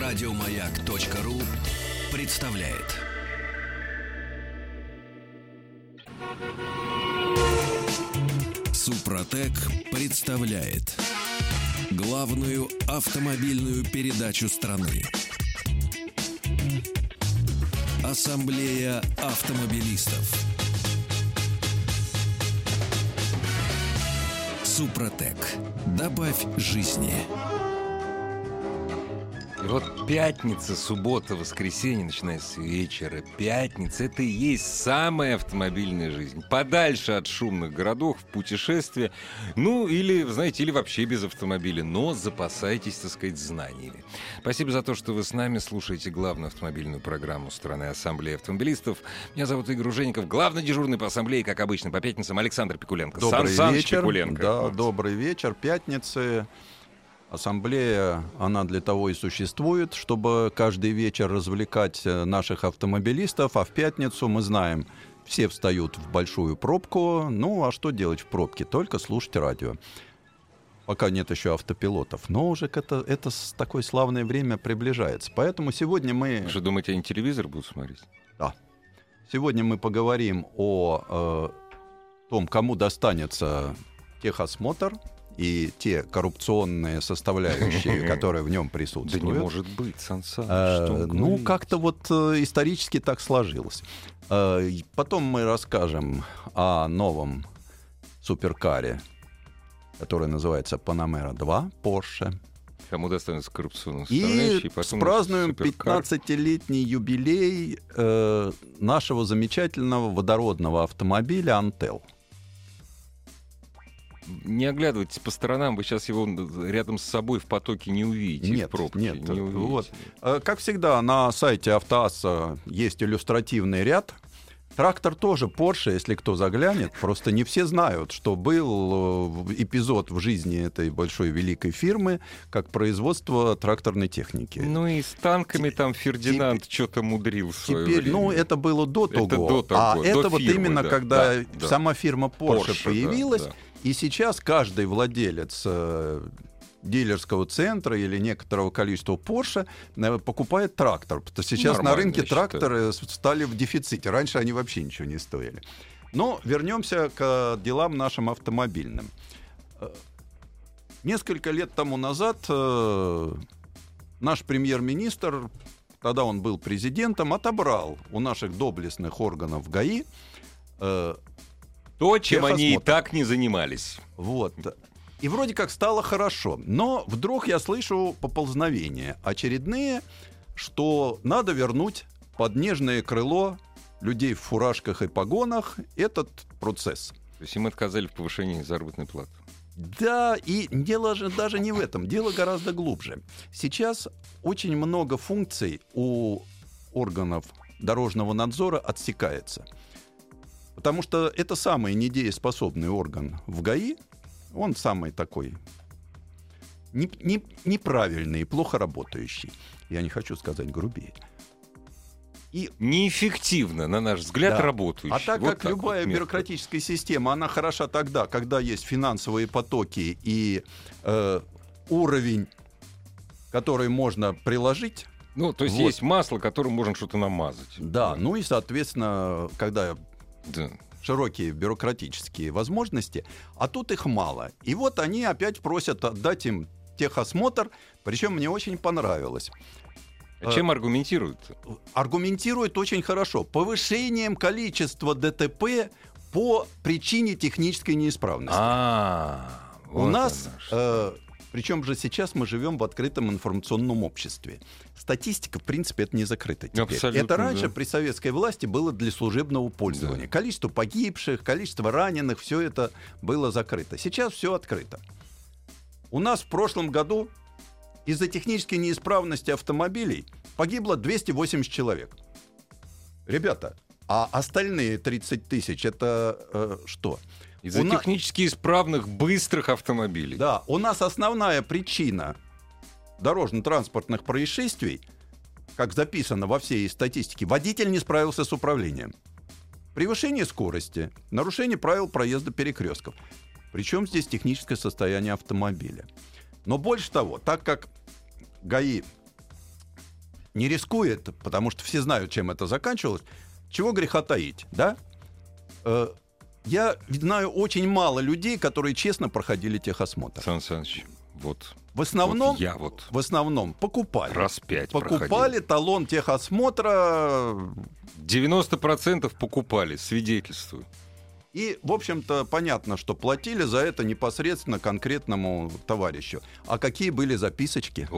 Радиомаяк.ру представляет. Супротек представляет главную автомобильную передачу страны. Ассамблея автомобилистов. Супротек. Добавь жизни. И вот пятница, суббота, воскресенье, начинается с вечера. Пятница — это и есть самая автомобильная жизнь. Подальше от шумных городов, в путешествие. Ну, или, знаете, или вообще без автомобиля. Но запасайтесь, так сказать, знаниями. Спасибо за то, что вы с нами слушаете главную автомобильную программу страны Ассамблеи автомобилистов. Меня зовут Игорь Ужеников. Главный дежурный по ассамблее, как обычно, по пятницам Александр Пикуленко. Добрый вечер. Пикуленко. Да, Вот. добрый вечер. Пятницы. Ассамблея, она для того и существует, чтобы каждый вечер развлекать наших автомобилистов, а в пятницу, мы знаем, все встают в большую пробку. Ну, а что делать в пробке? Только слушать радио. Пока нет еще автопилотов. Но уже это такое славное время приближается. Поэтому сегодня мы... Вы же думаете, они телевизор будут смотреть? Да. Сегодня мы поговорим о том, кому достанется техосмотр и те коррупционные составляющие, которые в нем присутствуют. Да не может быть, Сан Саныч, ну, как-то вот исторически так сложилось. Потом мы расскажем о новом суперкаре, который называется Panamera 2 Porsche. Кому достанется коррупционная И составляющая. спразднуем 15-летний юбилей нашего замечательного водородного автомобиля Antel. Не оглядывайтесь по сторонам, вы сейчас его рядом с собой в потоке не увидите. Нет, в пробке, нет. не увидите. Вот. Как всегда, на сайте Автоасса есть иллюстративный ряд. Трактор тоже Porsche, если кто заглянет. Просто не все знают, что был эпизод в жизни этой большой великой фирмы, как производство тракторной техники. Ну и с танками там Фердинанд что-то мудрил в свое Теперь, время. ну, это было до того. до того, а до это вот фирмы, именно да, когда да. сама фирма Porsche появилась. Да. И сейчас каждый владелец дилерского центра или некоторого количества Porsche покупает трактор. Потому что сейчас Нормально, на рынке я считаю. тракторы стали в дефиците. Раньше они вообще ничего не стоили. Но вернемся к делам нашим автомобильным. Несколько лет тому назад наш премьер-министр, тогда он был президентом, отобрал у наших доблестных органов ГАИ То, чем они и техосмотр. так не занимались. Вот. И вроде как стало хорошо. Но вдруг я слышу поползновения очередные, что надо вернуть под нежное крыло людей в фуражках и погонах этот процесс. То есть им отказали в повышении заработной платы. Да, и дело же даже не в этом. Дело гораздо глубже. Сейчас очень много функций у органов дорожного надзора отсекается. Потому что это самый недееспособный орган в ГАИ. Он самый такой неправильный, плохо работающий. Я не хочу сказать грубее. И Неэффективно, на наш взгляд, Да. работающий. А так Вот как так любая вот метод. бюрократическая система, она хороша тогда, когда есть финансовые потоки и уровень, который можно приложить. Ну, то есть Вот. есть масло, которым можно что-то намазать. Да, ну и, соответственно, когда Да. широкие бюрократические возможности, а тут их мало. И вот они опять просят отдать им техосмотр, причем мне очень понравилось. А чем аргументируют? Аргументирует очень хорошо. Повышением количества ДТП по причине технической неисправности. У вот нас, оно что. причем же сейчас мы живем в открытом информационном обществе. Статистика, в принципе, это не закрыто теперь. Абсолютно, Это раньше да. при советской власти было для служебного пользования. Да. Количество погибших, количество раненых, все это было закрыто. Сейчас все открыто. У нас в прошлом году из-за технической неисправности автомобилей погибло 280 человек. Ребята, а остальные 30 тысяч это что? Из-за у на- технически исправных быстрых автомобилей. Да, у нас основная причина дорожно-транспортных происшествий, как записано во всей статистике, водитель не справился с управлением. Превышение скорости, нарушение правил проезда перекрестков. Причем здесь техническое состояние автомобиля. Но больше того, так как ГАИ не рискует, потому что все знают, чем это заканчивалось, чего греха таить, да? Я знаю очень мало людей, которые честно проходили техосмотр. Сан Саныч, вот. В основном, В основном покупали. Раз 5 Покупали проходил. талон техосмотра. 90% покупали, свидетельствую. И, в общем-то, понятно, что платили за это непосредственно конкретному товарищу. А какие были записочки?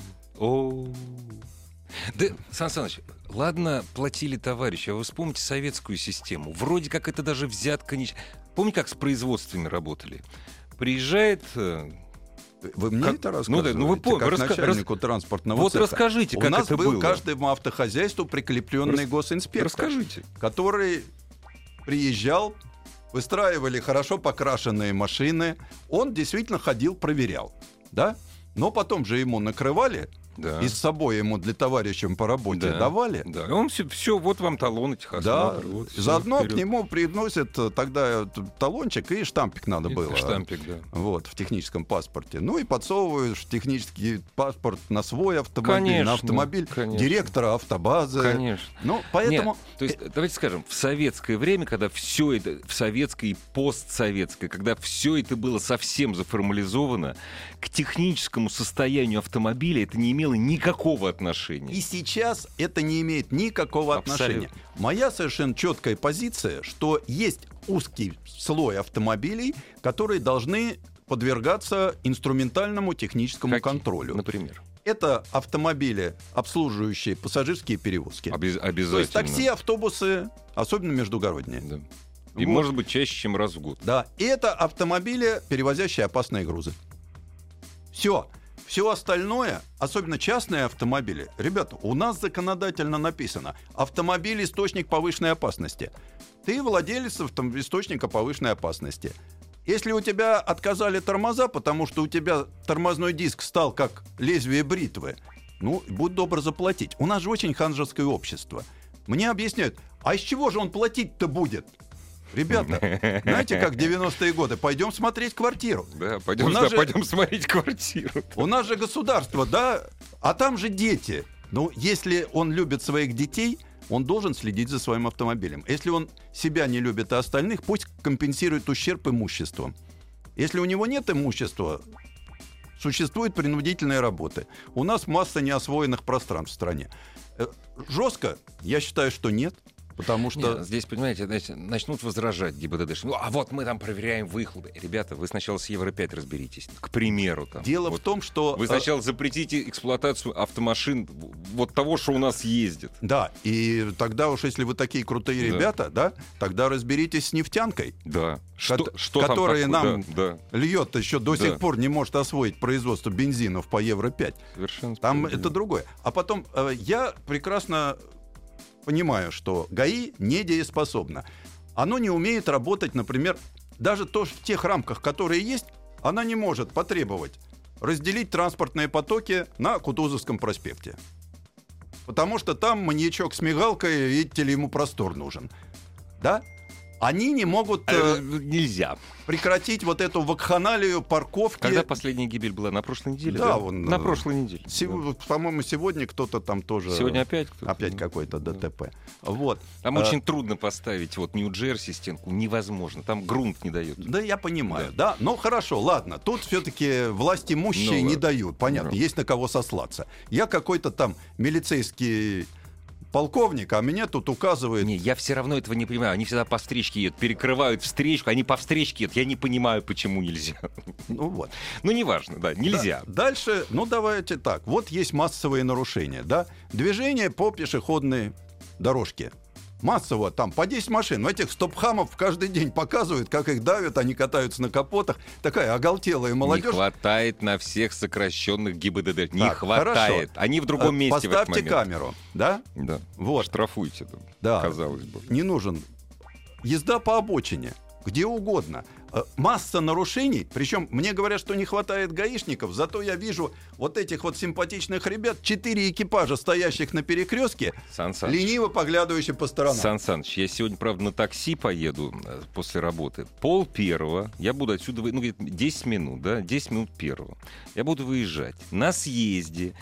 Да, Сан Саныч, ладно, платили товарищи, а вы вспомните советскую систему. Вроде как это даже взятка не... Помните, как с производствами работали? Приезжает... Вы мне это рассказываете? Ну, вы как начальнику транспортного вот цеха. Расскажите, как это было. У нас был каждому автохозяйству прикрепленный госинспектор. Расскажите. Который приезжал, выстраивали хорошо покрашенные машины. Он действительно ходил, проверял. Да? Но потом же ему накрывали, да. И с собой ему для товарищам по работе давали. Да. И он все, вот вам талон техосмотра. Да. Вот, заодно вперед. к нему приносят тогда талончик, и штампик надо было. Штампик, да. Вот, в техническом паспорте. Ну и подсовываешь технический паспорт на свой автомобиль, конечно, на автомобиль директора автобазы. Конечно. Ну, поэтому... Нет, то есть, давайте скажем, в советское время, когда все это, в советское и постсоветское, когда все это было совсем заформализовано, к техническому состоянию автомобиля это не имело никакого отношения. И сейчас это не имеет никакого отношения. Моя совершенно четкая позиция, что есть узкий слой автомобилей, которые должны подвергаться инструментальному техническому контролю. Например? Это автомобили, обслуживающие пассажирские перевозки. Обязательно. То есть такси, автобусы, особенно междугородние. Да. И может быть чаще, чем раз в год. Да. И это автомобили, перевозящие опасные грузы. Все остальное, особенно частные автомобили, ребята, у нас законодательно написано: автомобиль — источник повышенной опасности. Ты владелец источника повышенной опасности. Если у тебя отказали тормоза, потому что у тебя тормозной диск стал как лезвие бритвы, ну, будь добр заплатить. У нас же очень ханжеское общество. Мне объясняют, а из чего же он платить-то будет? Ребята, знаете, как в 90-е годы? Пойдем смотреть квартиру. Да, пойдем смотреть квартиру. У нас же государство, да, а там же дети. Ну, если он любит своих детей, он должен следить за своим автомобилем. Если он себя не любит, а остальных, пусть компенсирует ущерб имуществом. Если у него нет имущества, существуют принудительные работы. У нас масса неосвоенных пространств в стране. Жестко? Я считаю, что нет. Потому что... Нет, здесь, понимаете, начнут возражать ГИБДД. Ну, а вот мы там проверяем выхлопы. Ребята, вы сначала с Евро-5 разберитесь. К примеру. Там. Дело в том, что... Вы сначала запретите эксплуатацию автомашин вот того, что у нас ездит. Да, и тогда уж, если вы такие крутые ребята, да, тогда разберитесь с нефтянкой. Да. Которая нам да. льет еще до сих пор, не может освоить производство бензинов по Евро-5. Совершенно там это другое. А потом я прекрасно... понимаю, что ГАИ недееспособна. Оно не умеет работать, например, даже в тех рамках, которые есть, она не может потребовать разделить транспортные потоки на Кутузовском проспекте. Потому что там маньячок с мигалкой, видите ли, ему простор нужен. Да? Они не могут нельзя прекратить вот эту вакханалию парковки. Когда последняя гибель была? На прошлой неделе? Да, на прошлой неделе. По-моему, сегодня кто-то там тоже... Сегодня опять кто-то? Опять какой-то ДТП. Вот. Там очень трудно поставить вот Нью-Джерси стенку. Невозможно. Там грунт не дает. Да, я понимаю. Да. Ну, хорошо, ладно. Тут все-таки власть имущие не дают. Понятно, есть на кого сослаться. Я какой-то там милицейский... полковник, а меня тут указывает... Не, я все равно этого не понимаю. Они всегда по встречке едут, перекрывают встречку, они по встречке едут. Я не понимаю, почему нельзя. Ну вот. Ну, неважно, да, нельзя. Да. Дальше, ну давайте так. Вот есть массовые нарушения, да? Движение по пешеходной дорожке. Массово, там по 10 машин. Этих стоп-хамов каждый день показывают, как их давят, они катаются на капотах. Такая оголтелая молодежь. Не хватает на всех сокращенных ГИБДД. Не хватает. Хорошо. Они в другом месте в этот Поставьте момент. камеру, да? Да. Вот. Штрафуйте, да. Казалось бы. Не нужен. Езда по обочине, где угодно. Масса нарушений, причем мне говорят, что не хватает гаишников, зато я вижу вот этих вот симпатичных ребят, 4 экипажа, стоящих на перекрестке, лениво поглядывающие по сторонам. Сан Саныч, я сегодня, правда, на такси поеду после работы. 12:30, я буду отсюда, 10 минут, да, 10 минут первого. Я буду выезжать. На съезде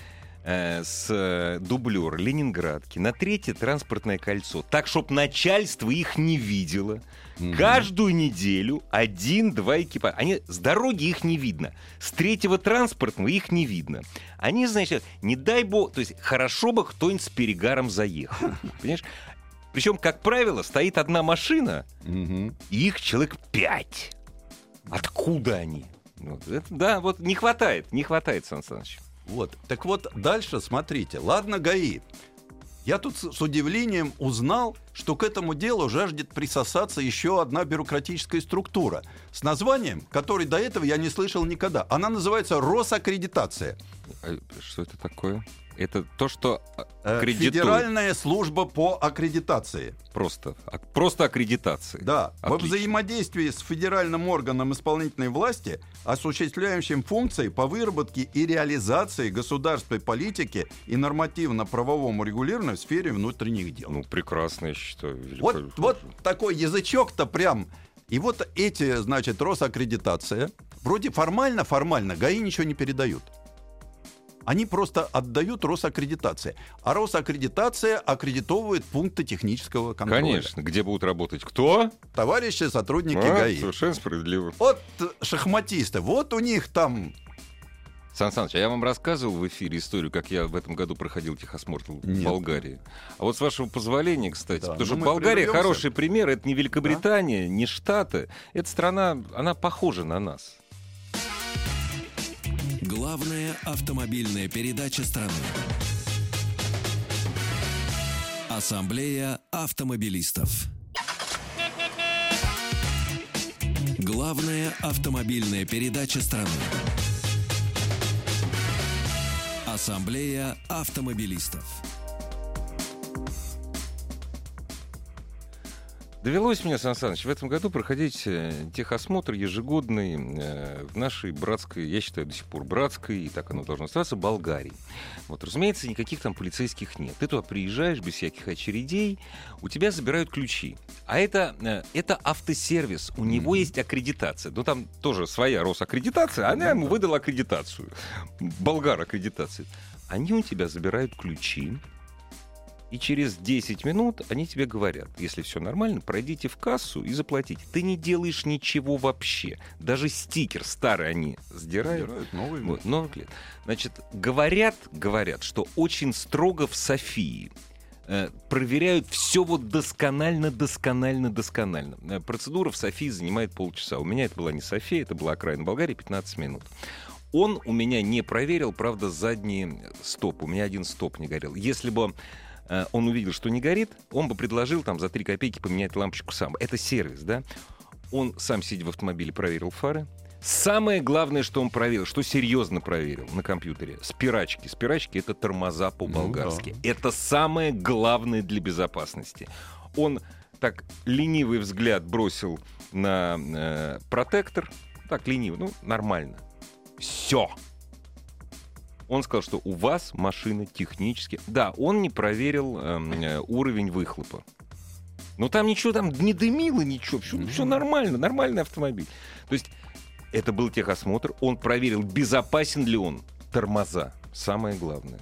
с дублер Ленинградки на 3-е транспортное кольцо, так, чтобы начальство их не видело. Каждую неделю 1-2 экипажа. Они, с дороги их не видно. С 3-го транспортного их не видно. Они, значит, не дай бог, то есть хорошо бы кто-нибудь с перегаром заехал. Понимаешь? Причем, как правило, стоит одна машина, и их человек 5. Откуда они? Вот, это, да, вот не хватает, Сан Саныч. Вот. Так вот, дальше смотрите. Ладно, ГАИ. Я тут с удивлением узнал, что к этому делу жаждет присосаться еще одна бюрократическая структура с названием, которое до этого я не слышал никогда. Она называется Росаккредитация. Что это такое? Это то, что аккредитует. Федеральная служба по аккредитации. Просто аккредитации. Да. Отлично. Во взаимодействии с федеральным органом исполнительной власти, осуществляющим функции по выработке и реализации государственной политики и нормативно-правовому регулированию в сфере внутренних дел. Ну, прекрасно, я считаю. Вот такой язычок-то прям. И вот эти, значит, Росаккредитация, вроде формально ГАИ ничего не передают. Они просто отдают Росаккредитации. А Росаккредитация аккредитовывает пункты технического контроля. Конечно. Где будут работать кто? Товарищи сотрудники ГАИ. Совершенно справедливо. Вот шахматисты, вот у них там... Сан Саныч, а я вам рассказывал в эфире историю, как я в этом году проходил техосмотр в Болгарии. А вот с вашего позволения, кстати, да, потому что Болгария хороший пример, это не Великобритания, не Штаты. Эта страна, она похожа на нас. Главная автомобильная передача страны. Ассамблея автомобилистов. Главная автомобильная передача страны. Ассамблея автомобилистов. Довелось мне, Сан Саныч, в этом году проходить техосмотр ежегодный в нашей братской, я считаю, до сих пор братской, и так оно должно оставаться, Болгарии. Вот, разумеется, никаких там полицейских нет. Ты туда приезжаешь без всяких очередей, у тебя забирают ключи. А это автосервис, у него есть аккредитация. Ну, там тоже своя Росаккредитация, она ему выдала аккредитацию. Болгар-аккредитацию. Они у тебя забирают ключи, и через 10 минут они тебе говорят, если все нормально, пройдите в кассу и заплатите. Ты не делаешь ничего вообще. Даже стикер старый они сдирают. Новый. Вот, новый клей. Значит, говорят, что очень строго в Софии проверяют все вот досконально. Процедура в Софии занимает полчаса. У меня это была не София, это была окраина Болгарии, 15 минут. Он у меня не проверил, правда, задний стоп. У меня один стоп не горел. Если бы он увидел, что не горит, он бы предложил там за 3 копейки поменять лампочку сам. Это сервис, да? Он сам, сидя в автомобиле, проверил фары. Самое главное, что он проверил, что серьезно проверил на компьютере, спирачки. Спирачки — это тормоза по-болгарски. Да. Это самое главное для безопасности. Он так ленивый взгляд бросил на протектор. Так, лениво, нормально. Все. Он сказал, что у вас машина технически... Да, он не проверил уровень выхлопа. Но там ничего там не дымило, ничего. Все нормально, нормальный автомобиль. То есть это был техосмотр. Он проверил, безопасен ли он. Тормоза. Самое главное.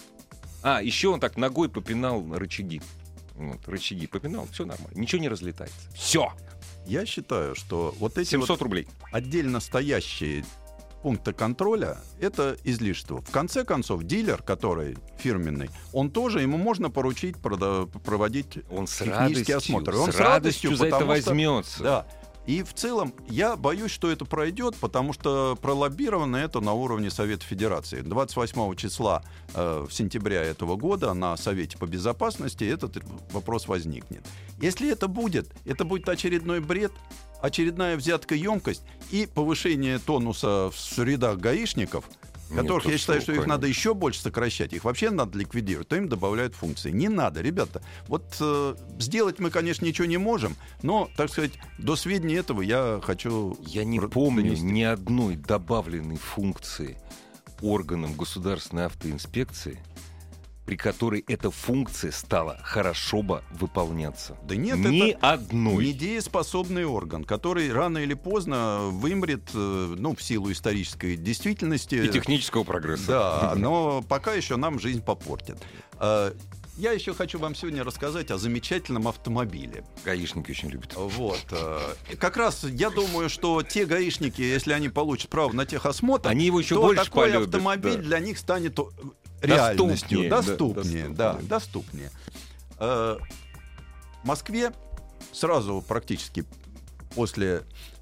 Еще он так ногой попинал рычаги. Рычаги попинал, все нормально. Ничего не разлетается. Все. Я считаю, что вот эти 700 рублей. Отдельно стоящие пункты контроля — это излишество. В конце концов, дилер, который фирменный, он тоже, ему можно поручить проводить технический осмотр. Он с радостью за это возьмется. Да. И в целом я боюсь, что это пройдет, потому что пролоббировано это на уровне Совета Федерации. 28 числа сентября этого года на Совете по безопасности этот вопрос возникнет. Если это будет очередной бред, очередная взяткоемкость и повышение тонуса в рядах гаишников, которых я считаю, что их надо еще больше сокращать, их вообще надо ликвидировать, то им добавляют функции. Не надо, ребята. Вот сделать мы, конечно, ничего не можем, но, так сказать, до сведения этого я хочу... Я не помню ни одной добавленной функции органам государственной автоинспекции при которой эта функция стала хорошо бы выполняться? Да нет, ни это одной. недееспособный орган, который рано или поздно вымрет, ну, в силу исторической действительности. И технического прогресса. Да, но пока еще нам жизнь попортит. Я еще хочу вам сегодня рассказать о замечательном автомобиле. Гаишники очень любят. Вот. Как раз я думаю, что те гаишники, если они получат право на техосмотр, Они его еще то больше такой полюбят, автомобиль да. для них станет реальностью. Доступнее, Доступнее. В Москве сразу практически после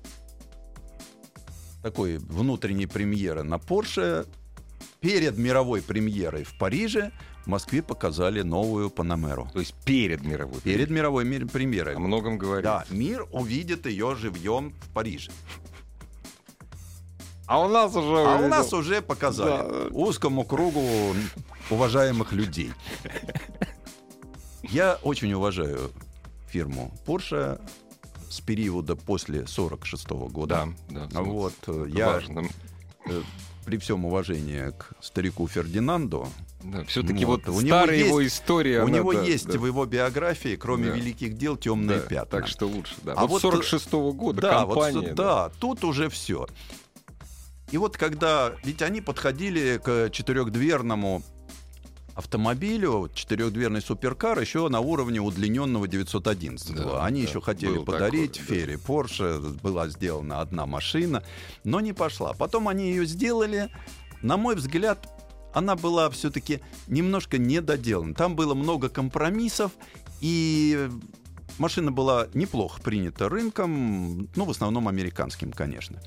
такой внутренней премьеры на Porsche, перед мировой премьерой в Париже, в Москве показали новую Панамеру. То есть перед мировой. Перед мировой премьерой. О многом говорит. Да, мир увидит ее живьем в Париже. А у нас уже показали узкому кругу уважаемых людей. Я очень уважаю фирму Porsche с периода после 1946 года. Да. Вот, я при всем уважении к старику Фердинанду, да, все-таки вот у старая него его история. У него есть в его биографии, кроме великих дел, темные пятна. Так что лучше, да. А вот 46-го года компания. Да, тут уже все. И вот когда... Ведь они подходили к четырехдверному автомобилю, четырехдверный суперкар, еще на уровне удлиненного 911. Они еще хотели подарить Ферри Porsche. Была сделана одна машина, но не пошла. Потом они ее сделали. На мой взгляд, она была все-таки немножко недоделана. Там было много компромиссов, и машина была неплохо принята рынком, ну, в основном американским, конечно.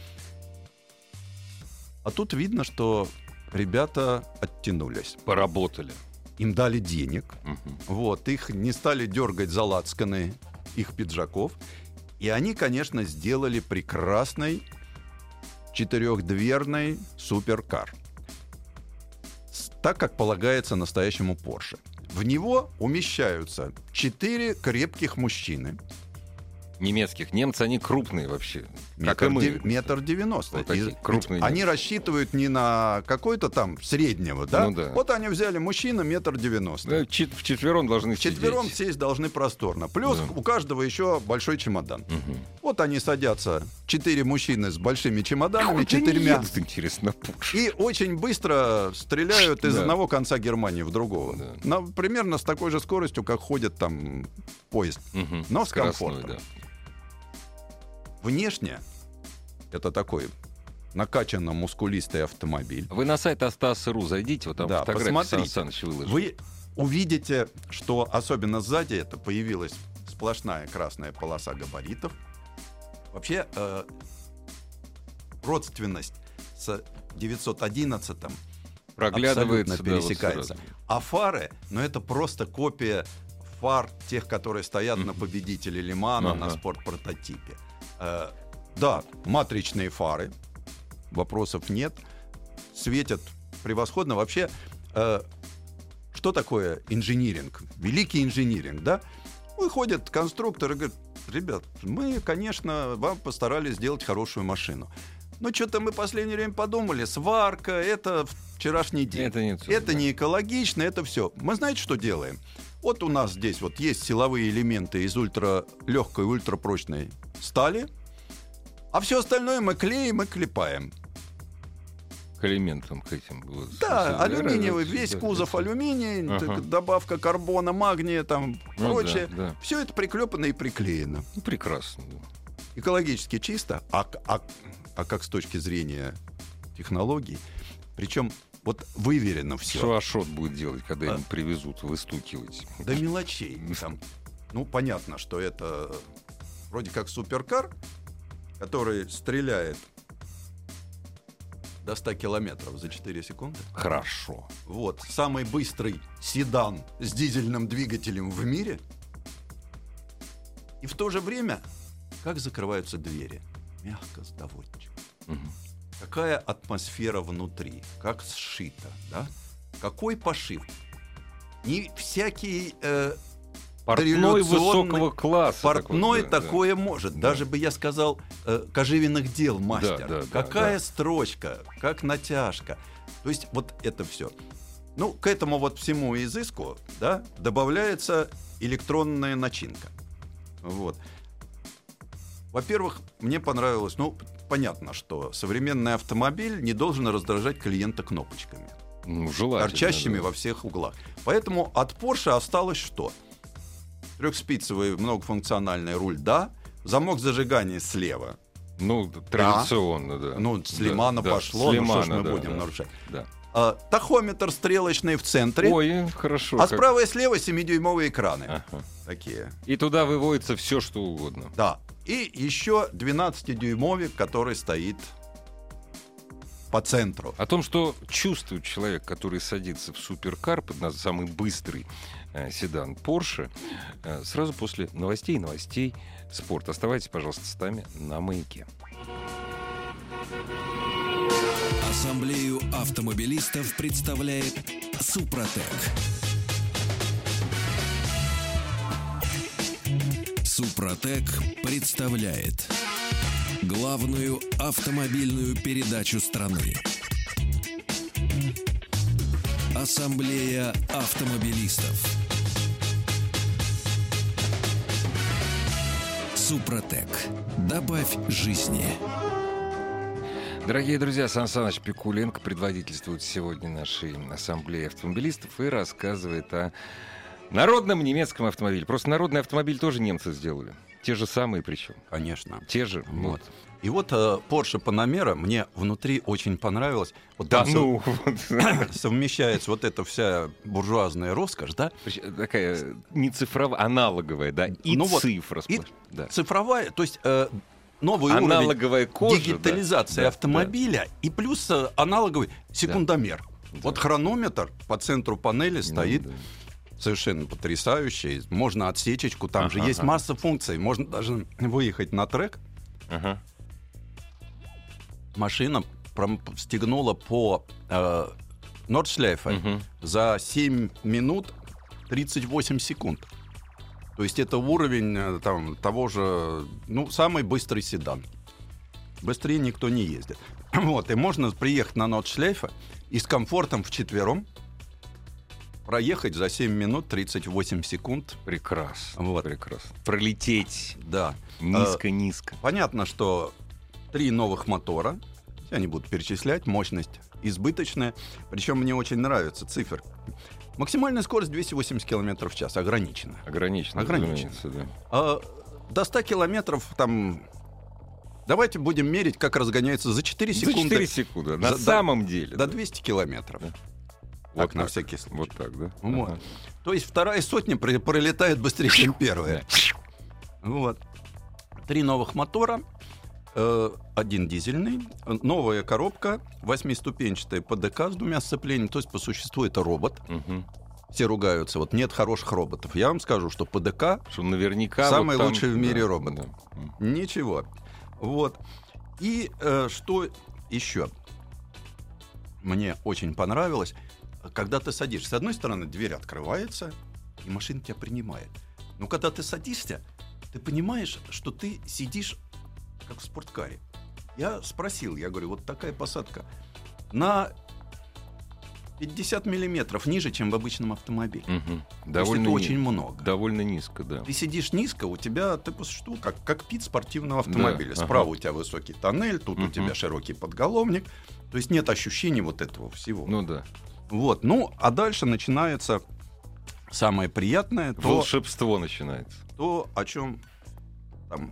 А тут видно, что ребята оттянулись. Поработали. Им дали денег. Вот, их не стали дергать за лацканы их пиджаков. И они, конечно, сделали прекрасный четырехдверный суперкар. Так, как полагается настоящему Porsche. В него умещаются 4 крепких мужчины. Немецких. Немцы, они крупные вообще. Как и мы. 1,90 Вот такие крупные. Они рассчитывают не на какой-то там среднего, да? Ну, да. Вот они взяли мужчина 1,90 м. Вчетвером должны сидеть. Вчетвером сесть должны просторно. Плюс у каждого еще большой чемодан. Вот они садятся, 4 мужчины с большими чемоданами, 4. Интересно, и очень быстро стреляют из одного конца Германии в другого. Примерно с такой же скоростью, как ходит там поезд. Но с комфортом. Внешне это такой накачанно мускулистый автомобиль. Вы на сайт Астаса.ру зайдите, вот там фотографии Сан Саныч выложил. Вы увидите, что особенно сзади это появилась сплошная красная полоса габаритов. Вообще родственность с 911-м проглядывается, абсолютно пересекается. Да, вот а фары, ну это просто копия фар тех, которые стоят на Победителе Лимана, на спорт-прототипе. Да, матричные фары, вопросов нет, светят превосходно. Вообще, что такое инжиниринг? Великий инжиниринг, да? Выходит конструктор и говорит: ребят, мы, конечно, вам постарались сделать хорошую машину. Но что-то мы в последнее время подумали, сварка — это вчерашний день. Это не экологично, это все. Мы знаете, что делаем? Вот у нас здесь вот есть силовые элементы из ультралегкой, ультрапрочной стали, а все остальное мы клеим и клепаем. К элементам, к этим. Да, алюминиевый, весь кузов алюминий, добавка карбона, магния, там, прочее. Все это приклепано и приклеено. Прекрасно. Экологически чисто, а как с точки зрения технологий. Причем вот выверено все. Что Ашот будет делать, когда им привезут, выстукивать? Да мелочей. Там, ну, понятно, что это вроде как суперкар, который стреляет до 100 километров за 4 секунды. Хорошо. Вот. Самый быстрый седан с дизельным двигателем в мире. И в то же время, как закрываются двери? Мягко, с доводчиком. Какая атмосфера внутри, как сшито, да? Какой пошив. Не всякий портной высокого класса. Портной такое может. Даже бы я сказал, кожевенных дел мастер. Какая строчка, как натяжка. То есть вот это все. Ну, к этому вот всему изыску, да, добавляется электронная начинка. Вот. Во-первых, мне понравилось, понятно, что современный автомобиль не должен раздражать клиента кнопочками, Желательно, торчащими да. во всех углах. Поэтому от Porsche осталось что? Трехспицевый многофункциональный руль, да. Замок зажигания слева. Традиционно, да. С Лимана пошло, с Лимана, что ж мы да, будем да, нарушать. Да. Тахометр стрелочный в центре. Ой, хорошо. А справа и слева 7-дюймовые экраны. Ага. Такие. И туда выводится все, что угодно. Да. И еще 12-дюймовик, который стоит по центру. О том, что чувствует человек, который садится в суперкар, самый быстрый седан Porsche, сразу после новостей спорта. Оставайтесь, пожалуйста, с нами на «Маяке». Ассамблею автомобилистов представляет Супротек. Супротек представляет главную автомобильную передачу страны. Ассамблея автомобилистов. Супротек. Добавь жизни. Дорогие друзья, Сан Саныч Пикуленко предводительствует сегодня нашей ассамблеи автомобилистов и рассказывает о народном немецком автомобиле. Просто народный автомобиль тоже немцы сделали. Те же самые причем. Конечно. Те же. Вот. И вот Porsche Panamera мне внутри очень понравилось. Вот Да, там совмещается вот эта вся буржуазная роскошь, да? Такая не цифровая, аналоговая, да, и цифра. И да. цифровая, то есть новый аналоговая уровень кожа, дигитализации автомобиля и плюс аналоговый секундомер. Да. Вот хронометр по центру панели стоит. Да. Совершенно потрясающий. Можно отсечечку, там же есть масса функций. Можно даже выехать на трек. Машина стегнула по Нордшляйфе за 7 минут 38 секунд. То есть это уровень того же, самый быстрый седан. Быстрее никто не ездит. Вот, и можно приехать на Нордшляйфе и с комфортом вчетвером проехать за 7 минут 38 секунд. Прекрасно. Вот. Прекрасно. Пролететь. Да. Низко-низко. Понятно, что 3 новых мотора. Я не буду перечислять. Мощность избыточная. Причем мне очень нравится цифра. Максимальная скорость 280 км в час. Ограничена. Ограничена. Да. До 100 километров там... Давайте будем мерить, как разгоняется за 4 секунды. За 4 секунды. На самом деле. До 200 километров. Да. Вот на всякий случай. Вот так, да? Вот. То есть вторая сотня пролетает быстрее, чем первая. Вот. 3 новых мотора. 1 дизельный. Новая коробка. 8-ступенчатая ПДК с 2 сцеплениями. То есть по существу это робот. Все ругаются. Вот нет хороших роботов. Я вам скажу, что ПДК что наверняка самый вот там... лучший в мире робот. Да. Ничего. Вот. И что еще мне очень понравилось, когда ты садишься, с одной стороны, дверь открывается, и машина тебя принимает. Но когда ты садишься, ты понимаешь, что ты сидишь как в спорткаре. Я спросил, я говорю, вот такая посадка на 50 миллиметров ниже, чем в обычном автомобиле. Довольно это очень много. Довольно низко, да. Ты сидишь низко, у тебя, ты по существу, как кокпит спортивного автомобиля. Да, Справа у тебя высокий тоннель, тут у тебя широкий подголовник. То есть нет ощущения вот этого всего. Ну да. Вот. А дальше начинается самое приятное. Волшебство начинается. То, о чем там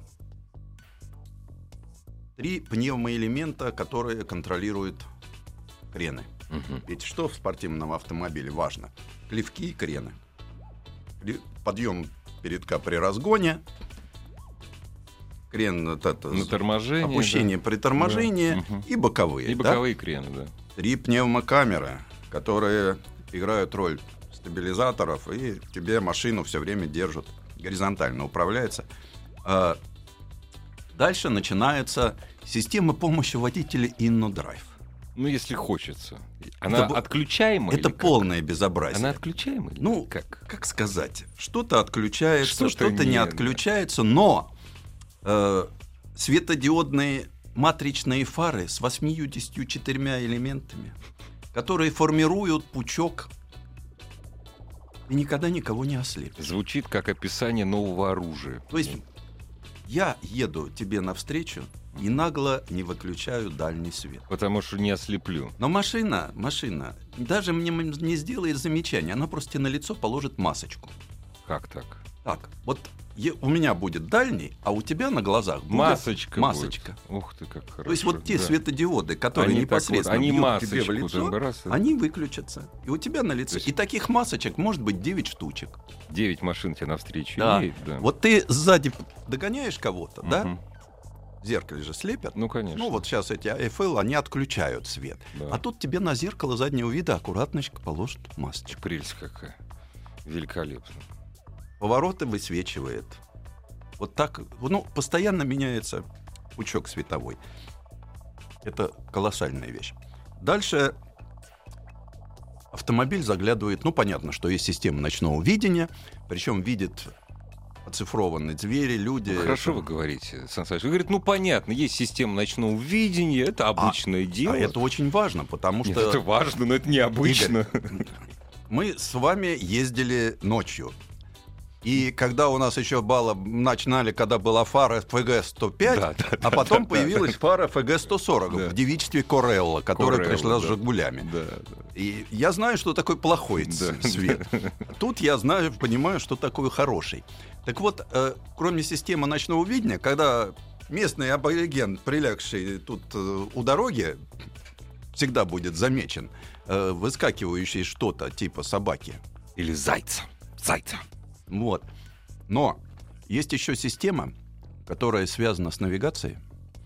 3 пневмоэлемента, которые контролируют крены. Ведь что в спортивном автомобиле важно? Клевки и крены. Подъем передка при разгоне, крен на торможение, опущение при торможении и боковые. И боковые крены, да. 3 пневмокамеры, которые играют роль стабилизаторов, и тебе машину все время держат горизонтально, управляется. Дальше начинается система помощи водителя InnoDrive. Ну, если хочется. Она отключаемая? Это полное безобразие. Она отключаемая? Как сказать? Что-то отключается, что-то не отключается, но светодиодные матричные фары с 84 элементами, которые формируют пучок ты никогда никого не ослепишь. Звучит как описание нового оружия. То есть я еду тебе навстречу и нагло не выключаю дальний свет. Потому что не ослеплю. Но машина даже мне не сделает замечания, она просто тебе на лицо положит масочку. Как так? Так, вот у меня будет дальний, а у тебя на глазах будет масочка. масочка. Будет. Ух ты, как хорошо. То есть вот те да. светодиоды, которые Они непосредственно они бьют тебе в масочку лицо, там раз, они выключатся. И у тебя на лице. есть- И таких масочек может быть 9 штучек. 9 машин тебе навстречу Да. едет, да. Вот ты сзади догоняешь кого-то, да? Мгм. В зеркале же слепят. Ну, конечно. Ну вот сейчас эти AFL, они отключают свет. Да. А тут тебе на зеркало заднего вида аккуратненько положат масочку. Прелесть какая. Великолепно. Повороты высвечивает. Вот так, ну, постоянно меняется пучок световой. Это колоссальная вещь. Дальше автомобиль заглядывает, ну, понятно, что есть система ночного видения, причем видит оцифрованные звери, люди. Ну, хорошо вы говорите, Сан Саныч. Вы говорите, ну понятно, есть система ночного видения, это обычное дело. А это очень важно, потому Нет, что это важно, но это необычно. Игорь, мы с вами ездили ночью. И когда у нас еще начинали, когда была фара FG-105, Да, а потом появилась фара FG-140 Да. в девичестве Корелла, которая Корелла, пришла с да. «Жигулями». Да, да. И я знаю, что такое плохой Да. свет. Тут я понимаю, что такое хороший. Так вот, кроме системы ночного видения, когда местный абориген, прилегший тут у дороги, всегда будет замечен, выскакивающий что-то типа собаки. Или зайца. Зайца. Вот. Но есть еще система, которая связана с навигацией,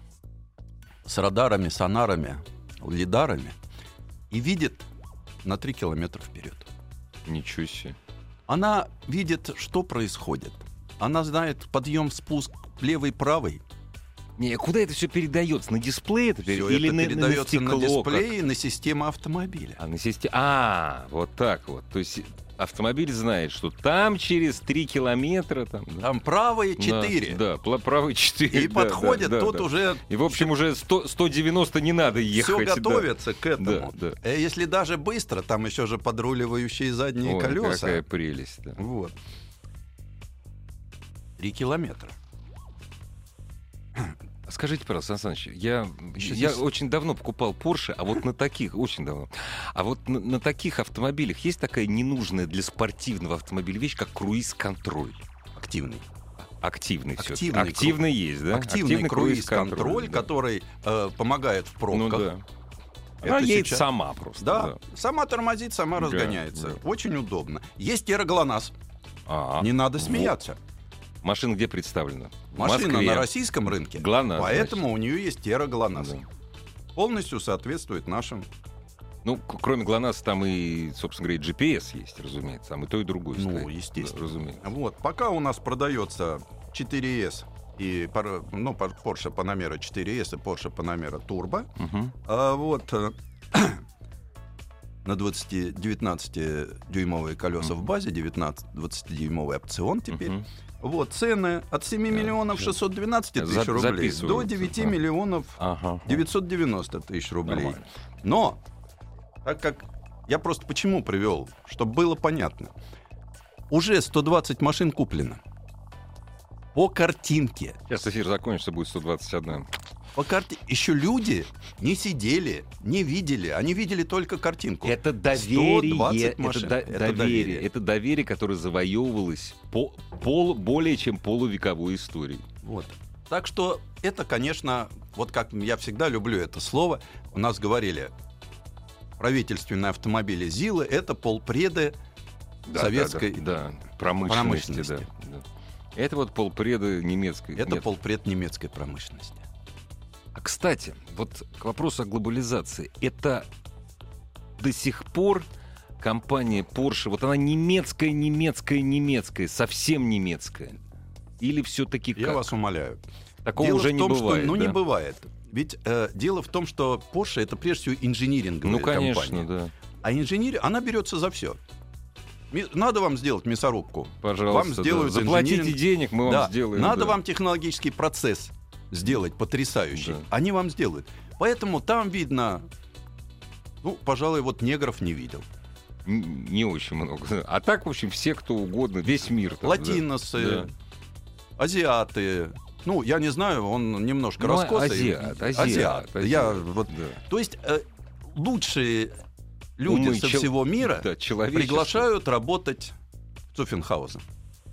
с радарами, сонарами, лидарами, и видит на 3 километра вперед. Ничего себе. Она видит, что происходит. Она знает подъем, спуск левый, правый. Не, куда это все передается? На дисплей это Все или это на передается стекло, на дисплее как? и на систему автомобиля. А на системе. Вот так вот. То есть автомобиль знает, что там через 3 километра. Там правые 4. Да, правый 4. И подходит, тут да. уже И, в общем, уже 190 не надо ехать. все готовится к этому. Да. Если даже быстро, там еще же подруливающие задние Ой, колеса. какая прелесть. Да. Вот. 3 километра. Скажите, пожалуйста, Сан Саныч, я здесь- очень давно покупал Porsche, а вот на таких, очень давно, а вот на таких автомобилях есть такая ненужная для спортивного автомобиля вещь, как круиз-контроль. Активный. Активный все. Активный Активный есть, да? Активный круиз-контроль, да. который помогает в Ну пробках. да. Это Она едет сейчас- сама просто. Да, сама тормозит, сама Да, разгоняется. да. Очень удобно. Есть аэроглонасс. Не надо смеяться. Машина где представлена? В Машина Москве. на российском рынке. ГЛОНАСС, Поэтому у нее есть аэроглонасс. Да. Полностью соответствует нашим. Ну, кроме ГЛОНАСС, там и, собственно говоря, и GPS есть, разумеется. Там и то, и другое Ну, стоит. естественно. Да, разумеется. Вот. Пока у нас продается 4S и Porsche Panamera 4S и Porsche Panamera Turbo. Мгм. На 19-дюймовые колеса в базе, 20-дюймовый опцион теперь. Мгм. Вот, цены от 7 миллионов 612 тысяч рублей Записываю. до 9 миллионов Ага. 990 тысяч рублей. Нормально. Но, так как я просто почему привел, чтобы было понятно, уже 120 машин куплено. По картинке. Сейчас эфир закончится, будет 121. Еще люди не сидели, не видели. Они видели только картинку. Это доверие. 120 машин. Это доверие. Это доверие, которое завоевывалось более чем полувековой историей. Вот. Так что это, конечно, вот как я всегда люблю это слово. У нас говорили, правительственные автомобили ЗИЛы — это полпреды советской промышленности. промышленности. Да. Это вот полпреда немецкой. Это Нет. полпред немецкой промышленности. А, кстати, вот к вопросу о глобализации. Это до сих пор компания Porsche, вот она немецкая, совсем немецкая. Или все-таки как? Я вас умоляю. Такого Дело уже в том, не бывает. что, да? не бывает. Ведь дело в том, что Porsche — это прежде всего инжиниринговая Ну, конечно, компания. да. А она берется за все. Надо вам сделать мясорубку. Пожалуйста, Вам сделают да. Заплатите инжиниринг. денег, мы вам Да. сделаем. Надо да. вам технологический процесс сделать потрясающий. Да. Они вам сделают. Поэтому там видно, пожалуй, вот негров не видел. не очень много. А так, в общем, все, кто угодно, весь мир. Там, латиносы, да. азиаты. Ну, я не знаю, он немножко Ну, раскосый. азиат. Я вот, Да. то есть лучшие люди Умы со всего мира да, человечество. приглашают работать в Цуффенхаузен.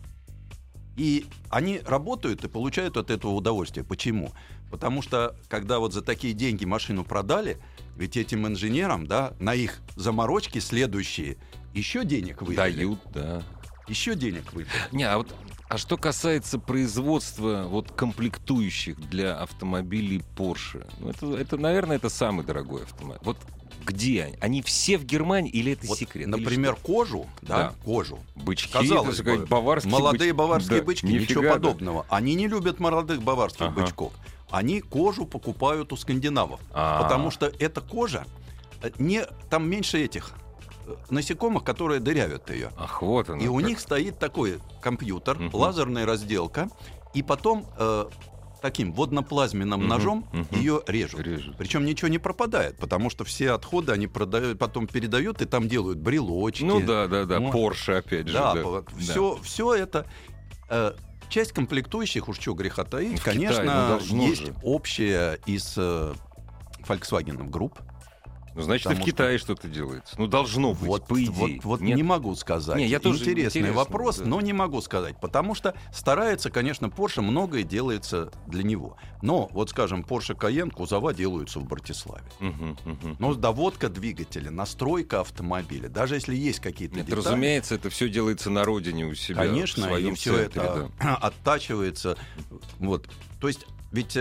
И они работают и получают от этого удовольствие. Почему? Потому что, когда вот за такие деньги машину продали, ведь этим инженерам, да, на их заморочки следующие еще денег выдали. Дают, да. Еще денег выдали. Не, а что касается производства вот комплектующих для автомобилей Porsche, ну, это, наверное, это самый дорогой автомобиль. Вот где они? Они все в Германии или это Вот, секрет? например, кожу, Да. кожу. Бычки, Казалось так бы, сказать, баварские молодые баварские да, бычки, нифига, ничего да. подобного. Они не любят молодых баварских Ага. бычков. Они кожу покупают у скандинавов. А. Потому что эта кожа, там меньше этих насекомых, которые дырявят ее. Ах, вот оно. И у как. них стоит такой компьютер, Мгм. лазерная разделка, и потом таким водно-плазменным Мгм, ножом мгм. ее режут. Режут. Причем ничего не пропадает, потому что все отходы они продают, потом передают, и там делают брелочки. Ну да, Ну, Porsche опять же. Да, да. вот Да. все это. Часть комплектующих, уж что греха таить, В Китае, ну, конечно, должно есть же. общее из Volkswagen Group. Ну, значит, и в потому что- Китае что-то делается. Ну, должно быть, Вот, по идее. вот Нет? не могу сказать. Не, я тоже Интересный интересно, вопрос, да. но не могу сказать, потому что старается, конечно, Porsche, многое делается для него. Но, вот скажем, Porsche Cayenne кузова делаются в Братиславе. Мгм, мгм. Но доводка двигателя, настройка автомобиля, даже если есть какие-то Нет, детали, разумеется, это все делается на родине у себя. конечно, в своем и все центре, это оттачивается. Вот. То есть, ведь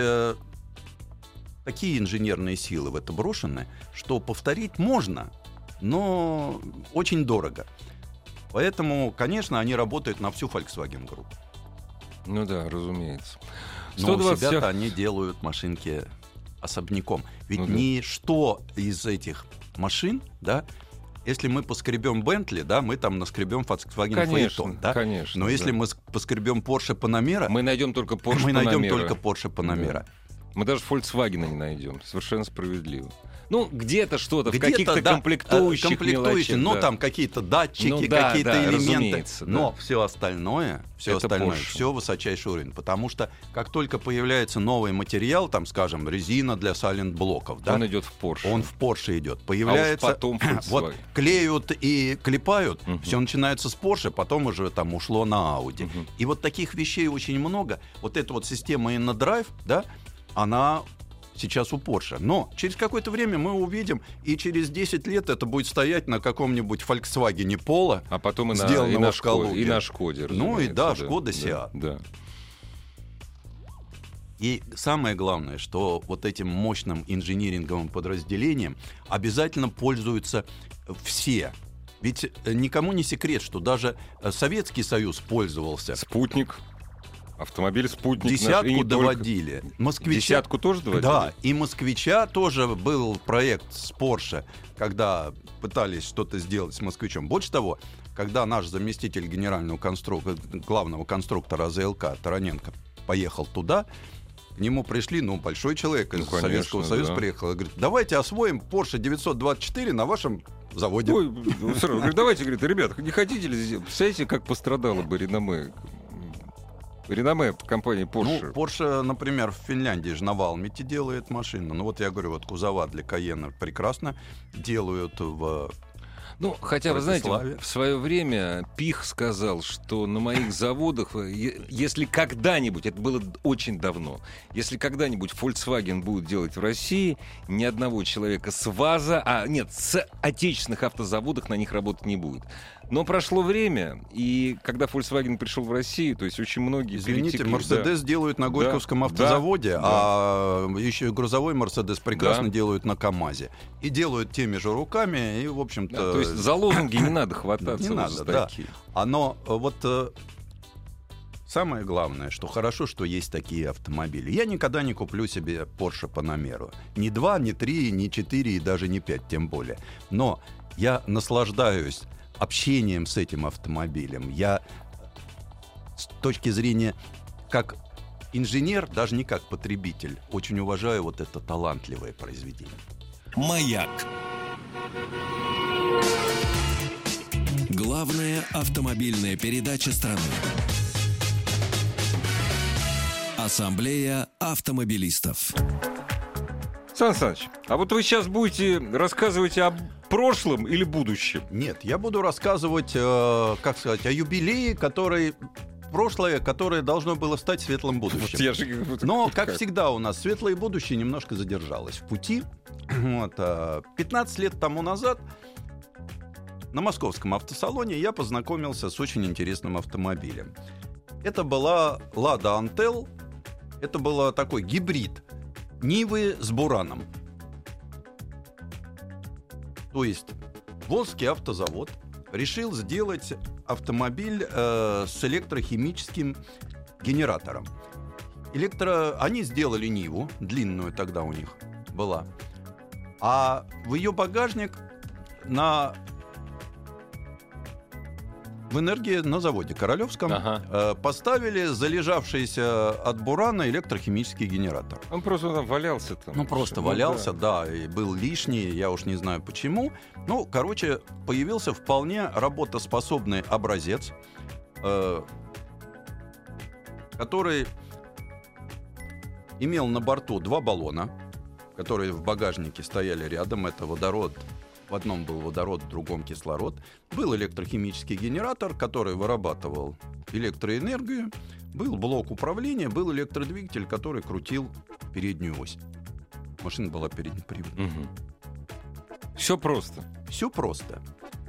такие инженерные силы в это брошены, что повторить можно, но очень дорого. Поэтому, конечно, они работают на всю Volkswagen Group. Ну да, разумеется. Но у 120 себя-то они делают машинки особняком. Ведь Ну да. ничто из этих машин, да, если мы поскребем Bentley, да, мы там наскребем Volkswagen Конечно, Phaeton, да? конечно. Но если да. мы поскребем Porsche Panamera, Мы найдем только Porsche мы найдем Panamera. только Porsche Panamera. Мы даже Volkswagen не найдем. Совершенно справедливо. Ну, где-то что-то, в Где-то, каких-то да, комплектующих мелочах, но да. там какие-то датчики, Ну да, какие-то да, элементы. разумеется, да. Но все остальное, Это Porsche. все высочайший уровень. Потому что как только появляется новый материал, там, скажем, резина для сайлент-блоков, да, Он идет в Porsche. он в Porsche идет. Появляется, потом Volkswagen. вот клеют и клепают, Мгм. все начинается с Porsche, потом уже там ушло на Audi. Мгм. И вот таких вещей очень много. Вот эта вот система InnoDrive, да, она сейчас у Porsche. Но через какое-то время мы увидим, и через 10 лет это будет стоять на каком-нибудь Volkswagen Polo, А потом и на, сделанного и на в Шкоде. Калуге. И на Шкоде, Ну и разумеется, да, Шкода Сиат. Да. И самое главное, что вот этим мощным инжиниринговым подразделением обязательно пользуются все. Ведь никому не секрет, что даже Советский Союз пользовался. Спутник. Автомобиль «Спутник». наш, и Десятку не только. доводили. Десятку тоже доводили? Да, и «Москвича» тоже был проект с Porsche, когда пытались что-то сделать с «Москвичом». Больше того, когда наш заместитель генерального главного конструктора АЗЛК Тараненко поехал туда, к нему пришли, большой человек из конечно, Советского Союза да. приехал и говорит: давайте освоим Porsche 924 на вашем заводе. Ой, сразу говорит, давайте, говорит, ребят, не хотите ли сделать? Представляете, как пострадало бы реноме компании Porsche? Porsche, например, в Финляндии же на Валмете делает машину. Ну вот я говорю, вот кузова для Cayenne прекрасно делают в... Ну, хотя, вы знаете, Братиславе. в свое время Пих сказал, что на моих заводах, если когда-нибудь, это было очень давно, если когда-нибудь Volkswagen будет делать в России, ни одного человека с ВАЗа, с отечественных автозаводах на них работать не будет. Но прошло время, и когда Volkswagen пришел в Россию, то есть очень многие Извините, перетекли, Мерседес делают на Горьковском Да, автозаводе, да, а еще и грузовой Мерседес прекрасно Да. делают на КамАЗе. И делают теми же руками, и, в общем-то... Да, то есть за лозунги не надо хвататься. Не вот надо, за да. такие. Оно самое главное, что хорошо, что есть такие автомобили. Я никогда не куплю себе Porsche Panamera. Ни 2, ни 3, ни 4 и даже не 5, тем более. Но я наслаждаюсь общением с этим автомобилем. Я с точки зрения как инженер, даже не как потребитель, очень уважаю вот это талантливое произведение. «Маяк». Главная автомобильная передача страны. Ассамблея автомобилистов. Сан Саныч, а вот вы сейчас будете рассказывать о прошлом или будущем? Нет, я буду рассказывать, как сказать, о юбилее, прошлое, которое должно было стать светлым будущим. Но, как всегда, у нас светлое будущее немножко задержалось в пути. 15 лет тому назад на московском автосалоне я познакомился с очень интересным автомобилем. Это была Lada Antel. Это был такой гибрид Нивы с Бураном. То есть Волжский автозавод решил сделать автомобиль с электрохимическим генератором. Они сделали Ниву, длинную тогда у них была, а в ее багажник в энергии на заводе Королевском поставили залежавшийся от Бурана электрохимический генератор. Он просто там валялся. Валялся, да, и был лишний, я уж не знаю почему. Появился вполне работоспособный образец, который имел на борту 2 баллона, которые в багажнике стояли рядом. Это водород. В одном был водород, в другом кислород. Был электрохимический генератор, который вырабатывал электроэнергию. Был блок управления, был электродвигатель, который крутил переднюю ось. Машина была переднеприводной. Угу. Все просто. Все просто.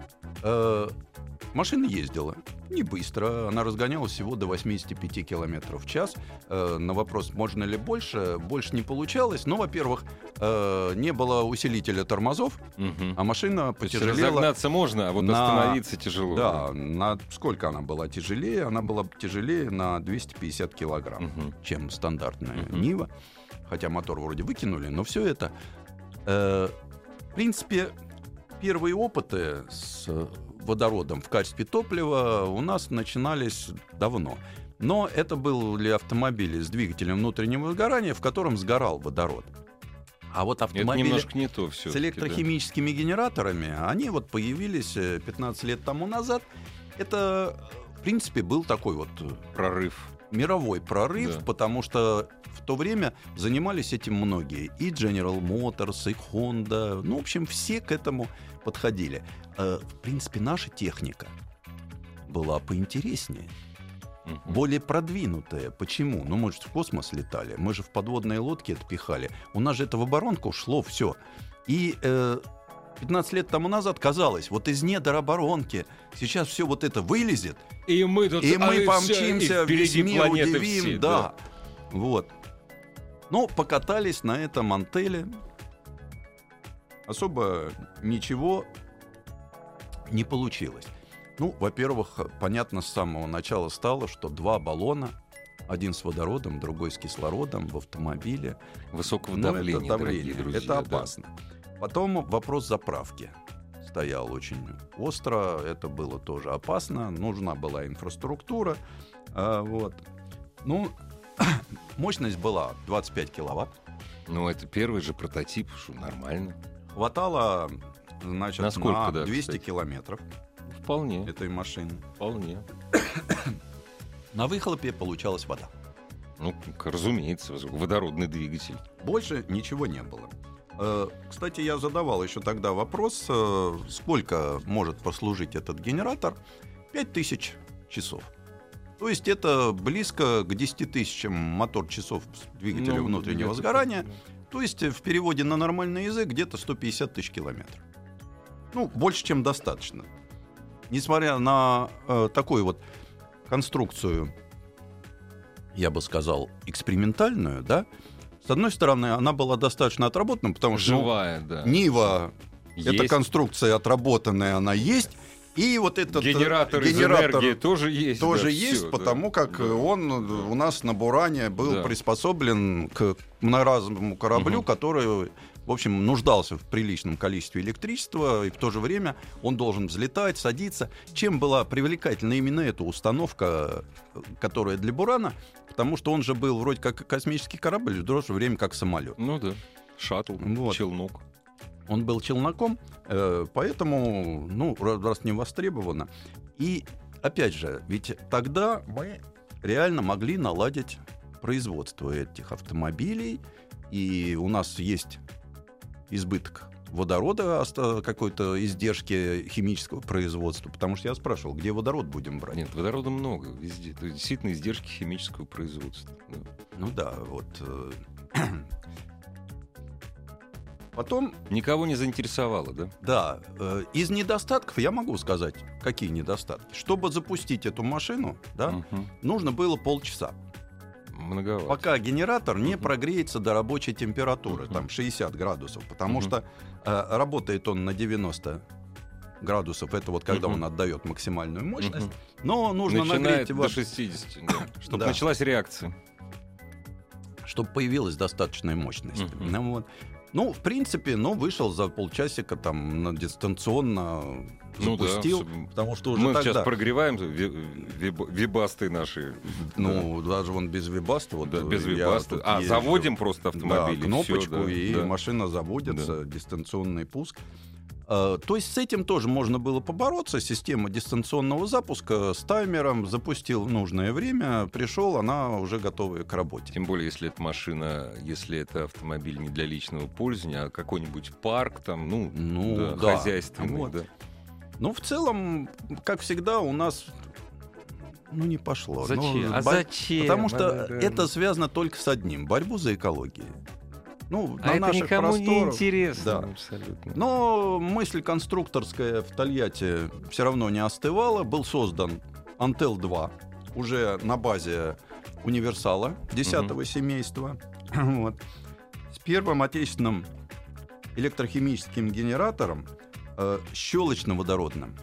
Машина ездила не быстро. Она разгонялась всего до 85 км в час. На вопрос, можно ли больше не получалось. Но, во-первых, не было усилителя тормозов, а машина потяжелела. Разогнаться можно, а вот остановиться тяжело. Да, сколько она была тяжелее? Она была тяжелее на 250 килограмм, чем стандартная Нива. Хотя мотор вроде выкинули, но все это... В принципе, первые опыты с водородом в качестве топлива у нас начинались давно. Но это были автомобили с двигателем внутреннего сгорания, в котором сгорал водород. А вот автомобили с электрохимическими генераторами, они появились 15 лет тому назад. Это, в принципе, был такой прорыв. Мировой прорыв, потому что в то время занимались этим многие. И General Motors, и Honda. В общем, все к этому подходили. В принципе, наша техника была поинтереснее, более продвинутая. Почему? Мы же в космос летали, мы же в подводные лодки это пихали. У нас же это в оборонку шло все. И 15 лет тому назад казалось, из недр оборонки сейчас все это вылезет, и мы помчимся, весь мир удивим. Все, да. Но покатались на этом Антеле. Особо ничего не получилось. Во-первых, понятно с самого начала стало, что 2 баллона, один с водородом, другой с кислородом в автомобиле. Высокого давления, дорогие друзья. Это опасно. Потом вопрос заправки стоял очень остро. Это было тоже опасно. Нужна была инфраструктура. Мощность была 25 киловатт. Это первый же прототип, что нормально. Хватало, на 200 кстати? километров. Вполне. Этой машины. Вполне. На выхлопе получалась вода. Разумеется, водородный двигатель. Больше ничего не было. Кстати, я задавал еще тогда вопрос, сколько может послужить этот генератор. 5000 часов. То есть это близко к 10 тысячам мотор-часов двигателя внутреннего сгорания. То есть в переводе на нормальный язык где-то 150 тысяч километров. Больше, чем достаточно. Несмотря на такую конструкцию, я бы сказал, экспериментальную, да, с одной стороны, она была достаточно отработана, потому что живая, да. Нива, эта конструкция отработанная, она есть. И этот генератор из энергии тоже есть. Тоже есть, потому как он у нас на Буране был приспособлен к многоразовому кораблю, который, в общем, нуждался в приличном количестве электричества, и в то же время он должен взлетать, садиться. Чем была привлекательна именно эта установка, которая для Бурана? Потому что он же был вроде как космический корабль, в то же время как самолет. Шаттл, челнок. Он был челноком, поэтому, раз не востребовано. И, опять же, ведь тогда мы реально могли наладить производство этих автомобилей, и у нас есть избыток водорода, какой-то издержки химического производства, потому что я спрашивал, где водород будем брать? Нет, водорода много везде. Это действительно издержки химического производства. Да. Ну да, вот. Потом... Никого не заинтересовало, да? Да. Из недостатков я могу сказать, какие недостатки. Чтобы запустить эту машину, да, нужно было полчаса. Многовато. Пока генератор не прогреется до рабочей температуры, там 60 градусов, потому что работает он на 90 градусов, это вот когда он отдает максимальную мощность, но нужно начинает нагреть до 60, да, чтобы началась реакция. Чтобы появилась достаточная мощность. Ну, в принципе, вышел за полчасика там дистанционно запустил, потому что уже мы тогда... сейчас прогреваем вибасты наши. Даже вон без вибаста. Без вибаста. Заводим просто автомобиль. Да, кнопочку, и машина заводится, дистанционный пуск. То есть с этим тоже можно было побороться. Система дистанционного запуска с таймером, запустил в нужное время, пришел, она уже готовая к работе. Тем более, если это машина, если это автомобиль не для личного пользования, а какой-нибудь парк, там, хозяйственный. Вот. Да. В целом, как всегда, у нас не пошло. Зачем? Зачем? Потому что это связано только с одним — борьбу за экологию. На это наших никому просторах, не интересно. Да. Абсолютно. Но мысль конструкторская в Тольятти все равно не остывала. Был создан Антел-2 уже на базе универсала 10-го семейства. Вот. С первым отечественным электрохимическим генератором, щелочно-водородным.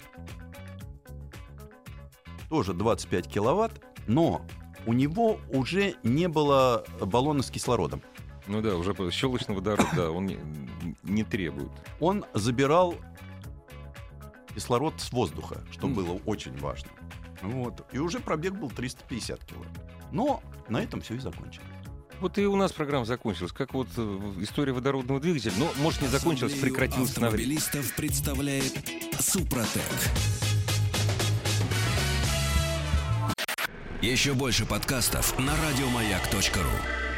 Тоже 25 киловатт, но у него уже не было баллона с кислородом. Уже щелочный водород, он не требует. Он забирал кислород с воздуха, что было очень важно. И уже пробег был 350 километров. Но на этом все и закончилось. Вот и у нас программа закончилась. Как история водородного двигателя. Но, может, не закончилась, прекратилась на время. Автомобилистов представляет Супротек. Еще больше подкастов на радиомаяк.ру.